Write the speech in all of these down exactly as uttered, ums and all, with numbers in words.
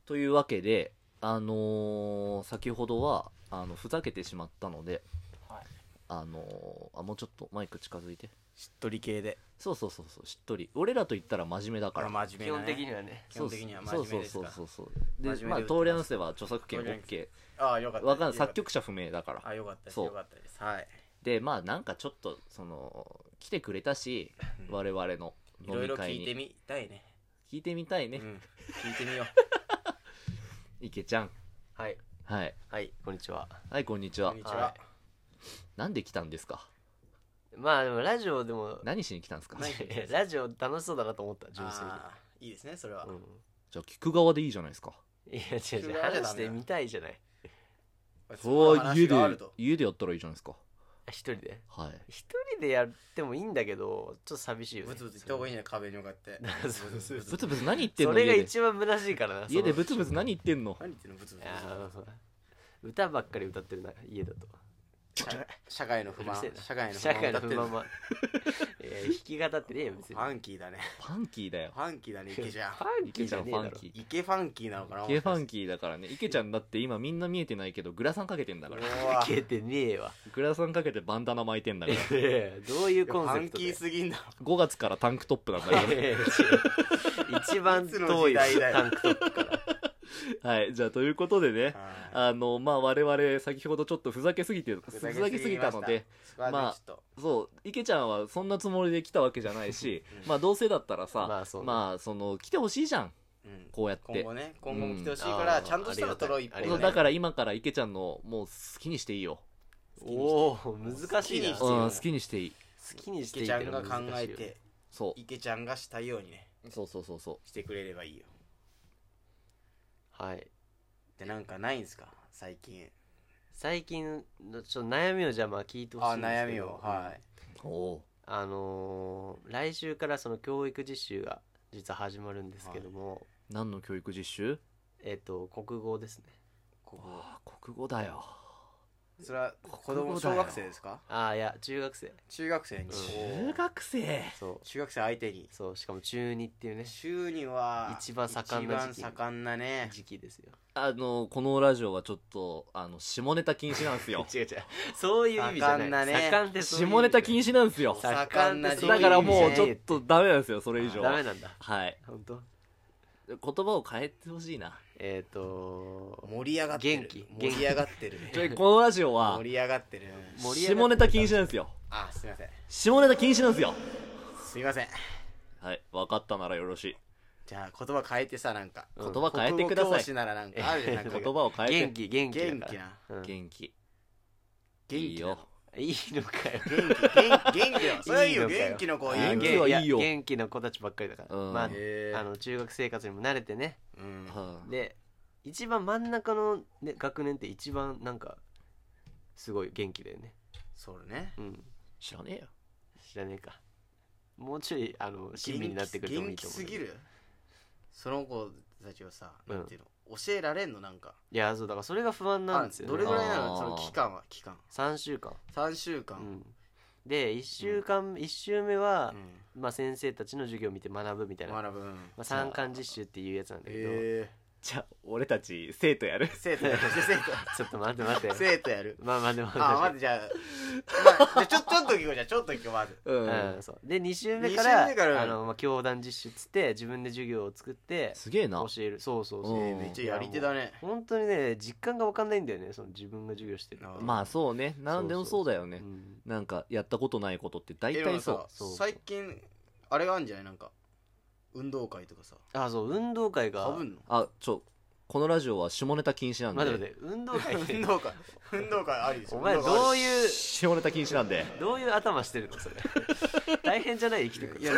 というわけであのー、先ほどはあのふざけてしまったので、 はい、 あのー、あもうちょっとマイク近づいて。 しっとり系で。 そうそうそうそうしっとり。俺らと言ったら真面目だから。 真面目な、ね、 基本的にはね。 基本的には真面目ですから。 そうそうそうそうで、 真面目でまあトーレアンセは著作権 OK。 ああよかった。 わかんない作曲者不明だから。 あよかったです。 そうよかったです。はい。 でまあなんかちょっとその来てくれたし、うん、我々の飲み会にいろいろ聞いてみたいね。 聞いてみたいね、 うん、聞いてみよう。 池ちゃん。 はいはいはいこんにちは。 はいこんにちは。 こんにちは。 なんで来たんですか。 まあでもラジオでも何しに来たんですか。 ラジオ楽しそうだなと思った純粋に。 いいですねそれは、うん、 じゃあ聞く側でいいじゃないですか。 いや違う違う話してみたいじゃない。 そう家で家でやったらいいじゃないですか。 一人で。 はい一人でやってもいいんだけどちょっと寂しいよね。 ブツブツ言った方がいいね壁に向かってブツブツ何言ってんの。 それが一番虚しいからな。 家でブツブツ何言ってんの。 何言ってんのブツブツ。 歌ばっかり歌ってるな家だと。 社会の不満。 社会の不満。社会の不満は弾き語ってねえよ別に。 ファンキーだね。 ファンキーだよ。 ファンキーだね池ちゃん。 ファンキーじゃねえだろ。 池ファンキーなのかな。 池ファンキーだからね。池ちゃんだって今みんな見えてないけどグラサンかけてんだから。 かけてねえわ。 グラサンかけてバンダナ巻いてんだから。 どういうコンセプトで。 ファンキーすぎんだ。 ごがつからタンクトップなんだから。 一番遠いタンクトップから。 はいじゃあということでね、あのまあ我々先ほどちょっとふざけすぎてふざけすぎたので、まあそう池ちゃんはそんなつもりで来たわけじゃないし、まあどうせだったらさ、まあその来てほしいじゃん、こうやって今後ね今後も来てほしいからちゃんとしたら撮ろう一本。だから今から池ちゃんのもう好きにしていいよ。 おお難しいな。 好きにしていい。 好きにしていい。 池ちゃんが考えて、 そう池ちゃんがしたいようにね、 そうそうそうそうしてくれればいいよ。 はい。 でなんかないんですか最近。 最近のちょっと悩みをじゃあまあ聞いてほしいんですけど。 あ悩みをはい。 おあのー、来週からその教育実習が実は始まるんですけども、はい、 何の教育実習？ えっと国語ですね。 国語。あ国語だよ。 それは子供小学生ですか？ ああいや中学生。 中学生に。 中学生。 そう中学生相手に。 そうしかも中にっていうね。 中には一番盛んな時期。 一番盛んなね時期ですよ。 あのこのラジオはちょっとあの下ネタ禁止なんですよ。 違う違うそういう意味じゃない。盛んなね。盛んってそういう下ネタ禁止なんですよ。 盛んな時期。 だからもうちょっとダメなんですよそれ以上。 ダメなんだ。 はい本当。 言葉を変えてほしいな。 えっと盛り上がってる。 元気盛り上がってるね。 このラジオは盛り上がってる。 下ネタ禁止なんですよ。 あすいません。 下ネタ禁止なんですよ。 すいません。 はい分かったならよろしい。 じゃあ言葉変えてさなんか言葉変えてください。 国語教師ならなんかあるじゃん。 言葉を変えて。 元気元気元気な元気元気よ。 いいのかよ。 元気元気元気よ。それはいいよ元気の子。 元気はいいよ。 元気の子たちばっかりだから。まああの中学生活にも慣れてね。で一番真ん中の学年って一番なんかすごい元気だよね。 そうね。 うん知らねえよ。 知らねえか。もうちょいあの親身になってくるともいいと思う。 元気すぎる。その子たちをさなんていうの教えられんのなんか。 いやそうだからそれが不安なんですよね。 どれぐらいなのその期間は期間。 さんしゅうかん。 さんしゅうかん。 でいっしゅうかんいっ週目はまあ先生たちの授業を見て学ぶみたいな。 学ぶ。まあ参観実習っていうやつなんだけど。 じゃあ俺たち生徒やる。 生徒やる。生徒ちょっと待って待って。 生徒やる。 まあまあでも。 あ待ってじゃあ。まあちょちょっと聞こうじゃちょっと聞こうまず。 うんそう。でに週目からあのまあ教団実習つって自分で授業を作ってすげえな教える。そうそうそう。 めっちゃやり手だね。 本当にね実感が分かんないんだよねその自分が授業してる。 まあそうねなんでもそうだよね。なんかやったことないことって大体そう。 最近あれがあるんじゃないなんか運動会とかさ。 あそう運動会が。 かぶんの？ あちょこのラジオは下ネタ禁止なんで。 待って待って運動会運動会運動会ありですよ。 お前どういう下ネタ禁止なんで。 どういう頭してるのそれ。大変じゃない生きてくる。いや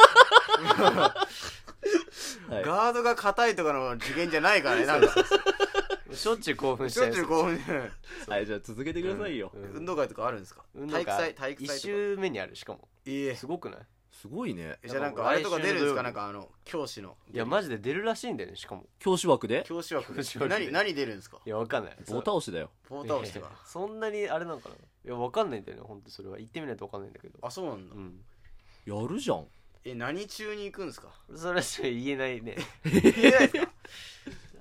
ガードが硬いとかの次元じゃないからねなんか。 しょっちゅう興奮しちゃう。 しょっちゅう興奮。 はいじゃあ続けてくださいよ。 運動会とかあるんですか？体育祭体育祭。 一週目にあるしかも。 ええすごくない？ すごいね。 じゃあなんかあれとか出るんですかなんかあの教師の。 いやマジで出るらしいんだよねしかも。 教師枠で？ 教師枠。何何出るんですか？ いやわかんない。 棒倒しだよ。 棒倒しとか。 そんなにあれなんかな。いやわかんないんだよね本当それは行ってみないとわかんないんだけど。 あそうなんだ。 やるじゃん。 え何中に行くんですか？ それは言えないね。 言えないですか？ あ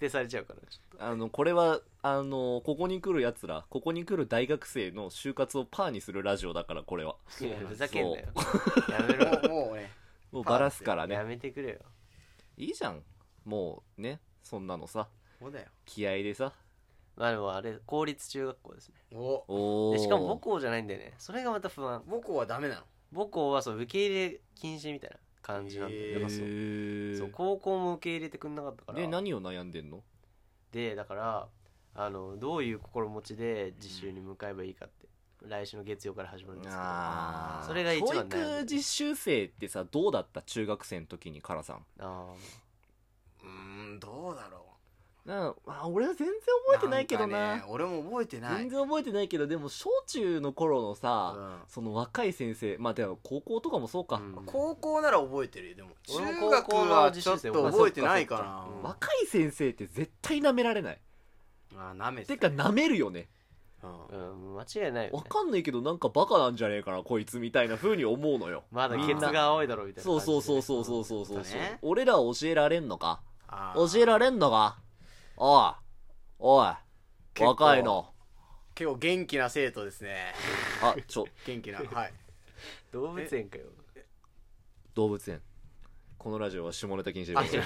定されちゃうからちょっとあのこれはあのここに来るやつらここに来る大学生の就活をパーにするラジオだからこれは。 いやふざけんなよやめろもうもうねもうバラすからね。 やめてくれよ。 いいじゃんもうねそんなのさそうだよ気合でさ。 まあでもあれ公立中学校ですね。 おおでしかも母校じゃないんだよね。それがまた不安。 母校はダメなの。 母校はそう受け入れ禁止みたいな感じなんだよ。だからそうそう高校も受け入れてくんなかったから。 で何を悩んでんの？ でだからあのどういう心持ちで実習に向かえばいいかって、うん、来週の月曜から始まるんですけど、 あそれが一番悩んでる。 教育実習生ってさどうだった中学生の時にカラさん。 あうーんどうだろうなあ俺は全然覚えてないけど な, な、 ね、俺も覚えてない全然覚えてないけどでも小中の頃のさ、うん、その若い先生まあでも高校とかもそうか、うん、 高校なら覚えてるよ。でも中学はちょっと覚えてないかな、 うん、若い先生って絶対舐められない。 あ舐めてか舐めるよね。 うん、間違いないよね。 わかんないけどなんかバカなんじゃねえかなこいつみたいな風に思うのよ。 まだケツが青いだろみたいな。 そうそうそうそうそうそうそう、ね、俺ら教えられんのか教えられんのかおいおい若いの結構元気な生徒ですね。 あちょ元気なはい動物園かよ。 動物園このラジオは下ネタ禁止でございます。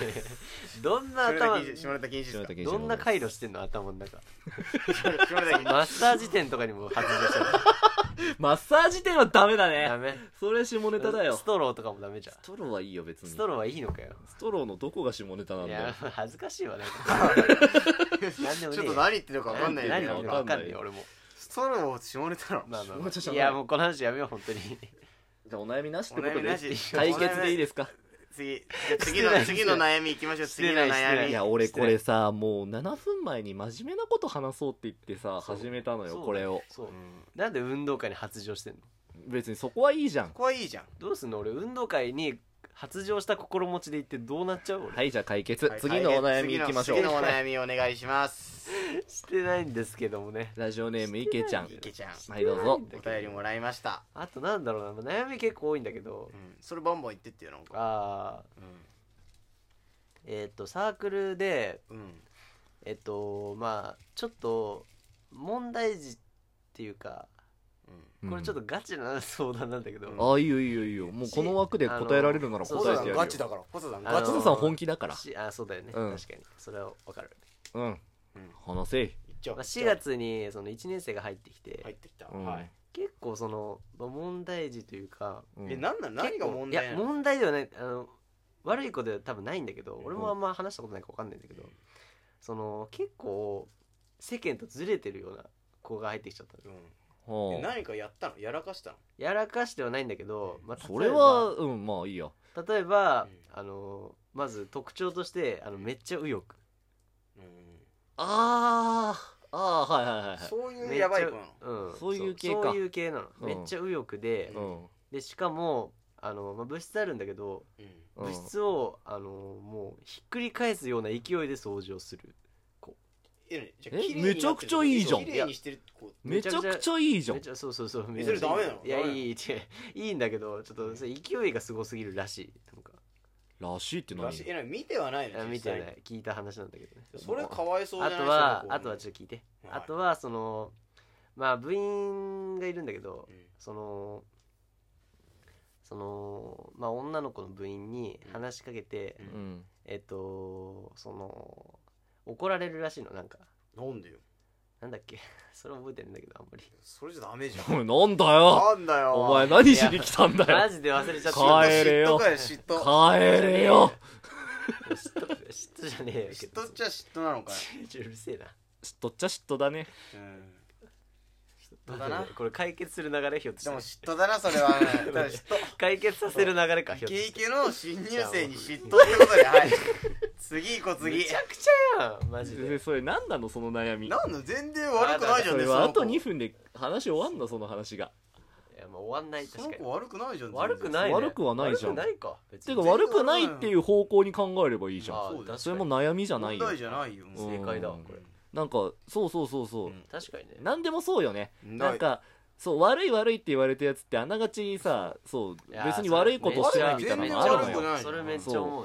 どんな頭下ネタ禁止ですか。 どんな回路してんの頭の中マッサージ店とかにも発動してるマッサージ店はダメだね。 ダメそれ下ネタだよ。 ストローとかもダメじゃん。 ストローはいいよ別に。 ストローはいいのかよ。 ストローのどこが下ネタなんだよ。いや恥ずかしいわねちょっと何言ってるか分かんない何言ってるか分かんないよ俺も。 ストロー下ネタなの、まあまあまあ、いやもうこの話やめよう本当に。 じゃあお悩みなしってことで解決でいいですか。 次じゃ次の次の悩みいきましょう。次の悩み。 いや俺これさもうななふんまえに真面目なこと話そうって言ってさ始めたのよこれを。 そう、うん、なんで運動会に発情してんの。 別にそこはいいじゃん。 そこはいいじゃん。 どうすんの俺運動会に発情した心持ちで言ってどうなっちゃう。 はいじゃあ解決、はい、次のお悩みいきましょう。 次のお悩みお願いしますしてないんですけどもね。 ラジオネームいけちゃん。 いけちゃんはいどうぞ。 お便りもらいました。 あとなんだろうな悩み結構多いんだけど、 うん、それバンバン言ってってよなんか。 ああ、うん、えっ、ー、とサークルで、うん、えっ、ー、とまあちょっと問題児っていうかこれちょっとガチな相談なんだけど、うん、 ああいいよいいよいいよもうこの枠で答えられるなら答えてやるよ。 ガチだからポツさんガチさん本気だから。 あそうだよね、うん、確かにそれは分かる。 うん、うん、話せい。 まあ、しがつにそのいちねん生が入ってきて入ってきた、 うん、はい、結構その、まあ、問題児というか、 うん、え何なの何が問題なの。 いや問題ではないあの悪い子では多分ないんだけど、うん、俺もあんま話したことないか分かんないんだけど、うん、その結構世間とずれてるような子が入ってきちゃったの、うんえ何かやったのやらかしたの。 やらかしてはないんだけど、まあ、 それはうんまあいいや。 例えば、うん、あのまず特徴としてあのめっちゃ右翼、うん、 あーあーはいはいはい、 そういうやばい子なの、うん、そういう系か。 そういう系なの、うん、めっちゃ右翼で、うん、でしかもあの、まあ、物質あるんだけど、うん、物質をあのもうひっくり返すような勢いで掃除をする。 えめちゃくちゃいいじゃん。めちゃくちゃいいじゃん。 そうそうそう。 それダメなの。 いやいいいいいいんだけどちょっとそれ勢いがすごすぎるらしい。なんからしいって何？ え見てはないの。 見てない聞いた話なんだけどね。 それかわいそうじゃない。 あとはあとはちょっと聞いて。あとはそのまあ部員がいるんだけど、そのそのまあ女の子の部員に話しかけてえっとその怒られるらしいの。なんかなんでよ。 なんだっけそれ覚えてるんだけどあんまり。 それじゃダメじゃん。 なんだよなんだよお前何しに来たんだよ。 マジで忘れちゃった。 帰れよ嫉妬帰れよ嫉妬嫉妬じゃねえよ。 嫉妬っちゃ嫉妬なのかよ。 うるせえな。 嫉妬っちゃ嫉妬だね。 うん嫉妬だな。 これ解決する流れひょっとして。 でも嫉妬だなそれは。嫉妬解決させる流れか。 イケイケの新入生に嫉妬ということではい次行こう次。 めちゃくちゃやんマジで。 それ何なのその悩み。 なんの全然悪くないじゃん。 それはあとにふんで話終わんのその話が。 いやもう終わんない。確かにその子悪くないじゃん。 悪くない、ね、 悪くはないじゃん。 悪くないか別に。てか悪くないっていう方向に考えればいいじゃん。 あそれも悩みじゃないよ。 問題じゃないよ。 正解だわこれ。 なんかそうそうそうそう、うん、 確かにね。 何でもそうよね。なんかそう悪い悪いって言われたやつってあながちさそう別に悪いことしてないみたいなのあるのよ。 それめっちゃ思うね。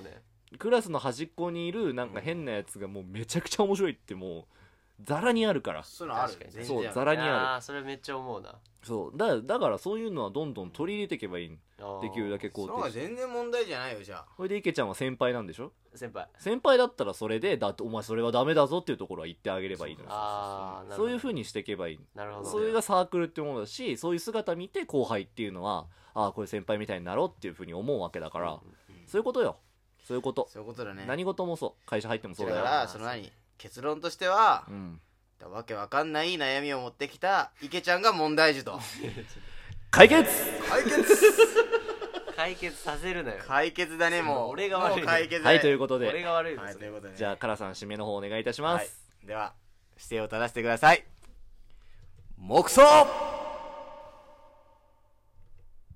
クラスの端っこにいるなんか変なやつがもうめちゃくちゃ面白いってもうザラにあるから。 そういうのある。 確かにそうザラにある。 ああそれめっちゃ思うな。 そうだだからそういうのはどんどん取り入れていけばいい。できるだけ肯その方が定して。 全然問題じゃないよ。じゃあこれで池ちゃんは先輩なんでしょ。 先輩先輩だったらそれでだってお前それはダメだぞっていうところは言ってあげればいいのよ。 ああそういう風にしていけばいい。 なるほどそれがサークルってものだし、そういう姿見て後輩っていうのはああこれ先輩みたいになろうっていう風に思うわけだから、そういうことよ。そういうことそういうことだね。 何事もそう会社入ってもそうだよ。 だからその何結論としては、 うん、 わけわかんない悩みを持ってきた池ちゃんが問題児と解決解決解決させるなよ。 解決だね。もう俺が悪いもう解決だはいということで俺が悪いです、 はい、ということで、ね、 じゃあカラさん締めの方お願いいたします、 はい、では姿勢を正してください。黙想。